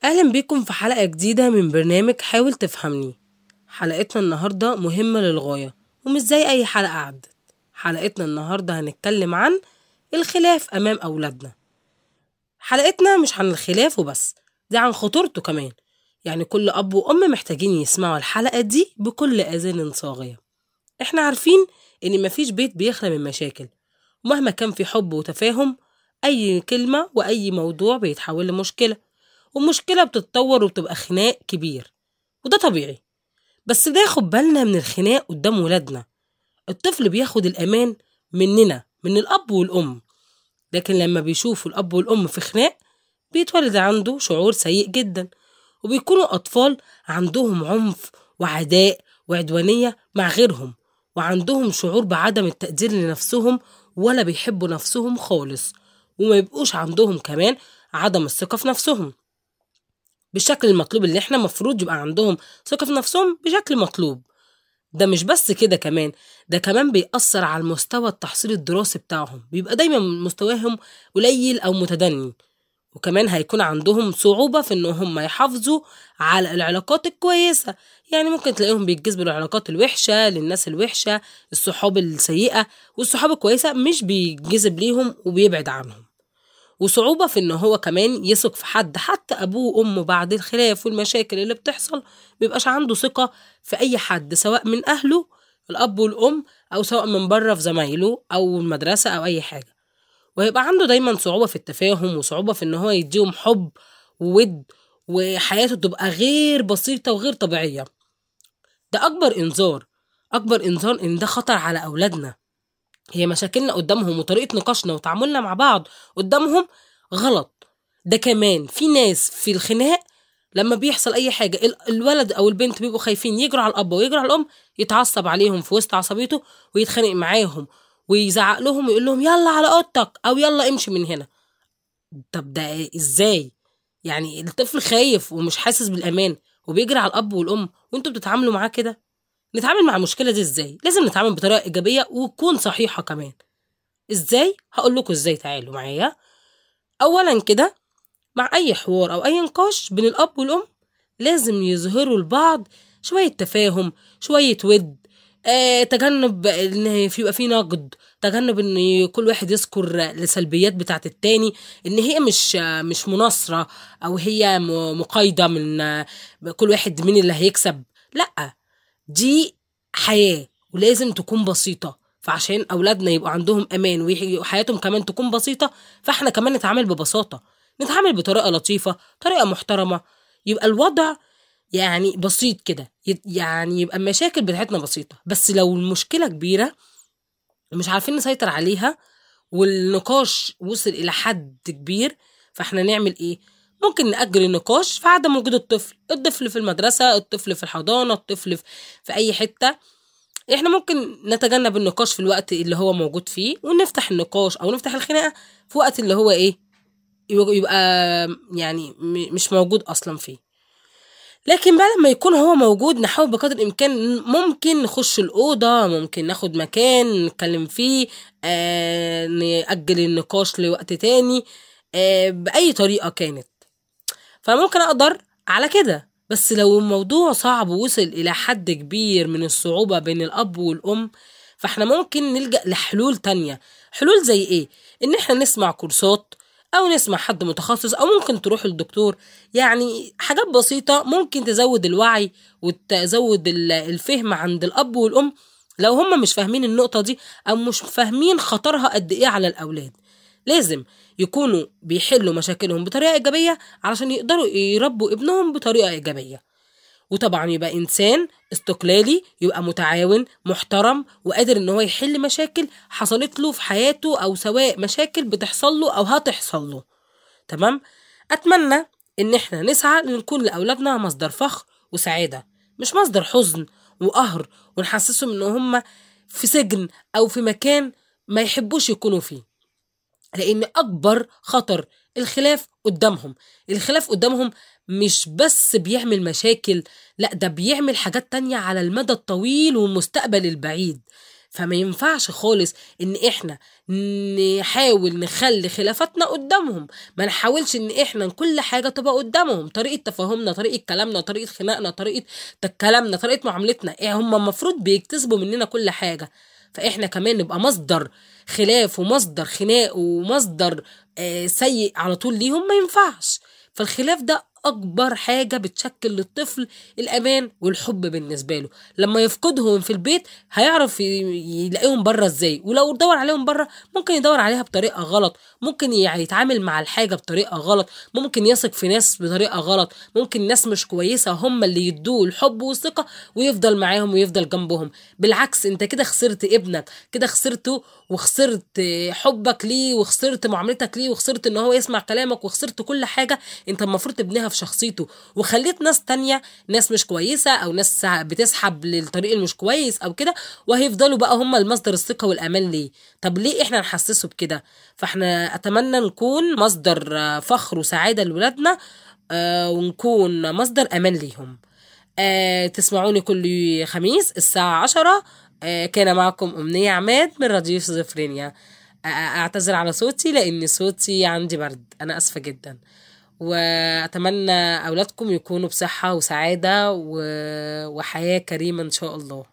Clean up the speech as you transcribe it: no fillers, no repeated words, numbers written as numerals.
أهلا بيكم في حلقة جديدة من برنامج حاول تفهمني. حلقتنا النهاردة مهمة للغاية ومش زي أي حلقة عدت. حلقتنا النهاردة هنتكلم عن الخلاف أمام أولادنا. حلقتنا مش عن الخلاف وبس، دي عن خطورته كمان. يعني كل أب وأم محتاجين يسمعوا الحلقة دي بكل آذان صاغية. احنا عارفين إن مفيش بيت بيخلى من مشاكل، ومهما كان في حب وتفاهم أي كلمة وأي موضوع بيتحول لمشكلة، والمشكلة بتتطور وبتبقى خناق كبير، وده طبيعي. بس ناخد بالنا من الخناق قدام ولادنا. الطفل بياخد الأمان مننا، من الأب والأم، لكن لما بيشوفوا الأب والأم في خناق بيتولد عنده شعور سيء جدا، وبيكونوا أطفال عندهم عنف وعداء وعدوانية مع غيرهم، وعندهم شعور بعدم التقدير لنفسهم، ولا بيحبوا نفسهم خالص، وما يبقوش عندهم كمان عدم الثقة في نفسهم بالشكل المطلوب. اللي احنا مفروض يبقى عندهم ثقة في نفسهم بشكل مطلوب. ده مش بس كده كمان، ده كمان بيأثر على المستوى التحصيل الدراسي بتاعهم، بيبقى دايما مستواهم قليل أو متدني، وكمان هيكون عندهم صعوبة في ان هم يحافظوا على العلاقات الكويسة. يعني ممكن تلاقيهم بيتجذبوا للعلاقات الوحشة، للناس الوحشة، الصحاب السيئة، والصحاب الكويسة مش بيجذب ليهم وبيبعد عنهم. وصعوبة في ان هو كمان يثق في حد، حتى ابوه وامه بعد الخلاف والمشاكل اللي بتحصل مبيبقاش عنده ثقة في اي حد، سواء من اهله الاب والام، او سواء من بره في زمايله او المدرسة او اي حاجة. وهيبقى عنده دايما صعوبة في التفاهم، وصعوبة في ان هو يديهم حب وود، وحياته تبقى غير بسيطة وغير طبيعية. ده اكبر انذار، اكبر انذار ان ده خطر على اولادنا. هي مشاكلنا قدامهم وطريقة نقاشنا وتعاملنا مع بعض قدامهم غلط. ده كمان في ناس في الخناق لما بيحصل اي حاجة الولد او البنت بيبقوا خايفين يجروا على الاب ويجروا على الام، يتعصب عليهم في وسط عصبيته ويتخانق معاهم ويزعق لهم ويقول لهم يلا على اوضتك او يلا امشي من هنا. طب ده ازاي؟ يعني الطفل خايف ومش حاسس بالامان وبيجري على الاب والام، وانتوا بتتعاملوا معاه كده. نتعامل مع المشكلة دي ازاي؟ لازم نتعامل بطريقة ايجابية وتكون صحيحة كمان. ازاي؟ هقول لكم ازاي، تعالوا معايا. اولا كده، مع اي حوار او اي نقاش بين الاب والام لازم يظهروا لبعض شوية تفاهم، شوية ود، تجنب ان يبقى في نقد، تجنب ان كل واحد يذكر السلبيات بتاعت التاني، ان هي مش مناصرة، او هي مقايضة من كل واحد مين اللي هيكسب. لا، دي حياة ولازم تكون بسيطة. فعشان أولادنا يبقوا عندهم أمان وحياتهم كمان تكون بسيطة، فإحنا كمان نتعامل ببساطة، نتعامل بطريقة لطيفة، طريقة محترمة. يبقى الوضع يعني بسيط كده، يعني يبقى المشاكل بتاعتنا بسيطة. بس لو المشكلة كبيرة ومش عارفين نسيطر عليها، والنقاش وصل إلى حد كبير، فإحنا نعمل إيه؟ ممكن نأجل النقاش في عدم وجود الطفل في المدرسة، الطفل في الحضانة، الطفل في أي حتة. احنا ممكن نتجنب النقاش في الوقت اللي هو موجود فيه، ونفتح النقاش او نفتح الخناقة في وقت اللي هو ايه، يبقى يعني مش موجود اصلا فيه. لكن بقى لما يكون هو موجود نحاول بقدر الامكان، ممكن نخش الاوضه، ممكن ناخد مكان نتكلم فيه، نأجل النقاش لوقت تاني، باي طريقه كانت. فممكن اقدر على كده. بس لو الموضوع صعب ووصل الى حد كبير من الصعوبة بين الاب والام، فاحنا ممكن نلجأ لحلول تانية. حلول زي ايه؟ ان احنا نسمع كورسات، او نسمع حد متخصص، او ممكن تروح للدكتور. يعني حاجات بسيطة ممكن تزود الوعي وتزود الفهم عند الاب والام، لو هم مش فاهمين النقطة دي او مش فاهمين خطرها قد ايه على الاولاد. لازم يكونوا بيحلوا مشاكلهم بطريقة إيجابية علشان يقدروا يربوا ابنهم بطريقة إيجابية. وطبعا يبقى إنسان استقلالي، يبقى متعاون محترم وقادر إن هو يحل مشاكل حصلت له في حياته، أو سواء مشاكل بتحصل له أو هتحصل له. تمام؟ أتمنى إن احنا نسعى لنكون لأولادنا مصدر فخر وسعادة، مش مصدر حزن وقهر، ونحسسهم إن هم في سجن أو في مكان ما يحبوش يكونوا فيه. لأن أكبر خطر الخلاف قدامهم. الخلاف قدامهم مش بس بيعمل مشاكل، لا ده بيعمل حاجات تانية على المدى الطويل والمستقبل البعيد. فما ينفعش خالص ان احنا نحاول نخلي خلافاتنا قدامهم، ما نحاولش ان احنا كل حاجة تبقى قدامهم، طريقة تفاهمنا، طريقة كلامنا، طريقة خناقنا، طريقة كلامنا، طريقة معاملتنا، إيه هم المفروض بيكتسبوا مننا كل حاجة، فاحنا كمان نبقى مصدر خلاف ومصدر خناق ومصدر سيء على طول ليهم، ما ينفعش. فالخلاف ده اكبر حاجة بتشكل للطفل الامان والحب بالنسبة له. لما يفقدهم في البيت هيعرف يلاقيهم بره ازاي، ولو دور عليهم بره ممكن يدور عليها بطريقة غلط، ممكن يعني يتعامل مع الحاجة بطريقة غلط، ممكن يثق في ناس بطريقة غلط، ممكن ناس مش كويسة هم اللي يدوه الحب والثقة ويفضل معاهم ويفضل جنبهم. بالعكس انت كده خسرت ابنك، كده خسرته، وخسرت حبك ليه، وخسرت معاملتك ليه، وخسرت ان هو يسمع كلامك، وخسرت كل حاجة انت المفروض تبنيها في شخصيته، وخليت ناس تانية، ناس مش كويسة او ناس بتسحب للطريق المش كويس او كده، وهيفضلوا بقى هم المصدر الثقة والامان ليه. طب ليه احنا نحسسه بكده؟ فاحنا اتمنى نكون مصدر فخر وسعادة لولادنا، ونكون مصدر امان ليهم. تسمعوني كل خميس الساعة 10. كان معكم أمنية عماد من راديو شيزوفرينيا. أعتذر على صوتي لأن صوتي عندي برد، أنا أسفة جدا، وأتمنى أولادكم يكونوا بصحة وسعادة وحياة كريمة إن شاء الله.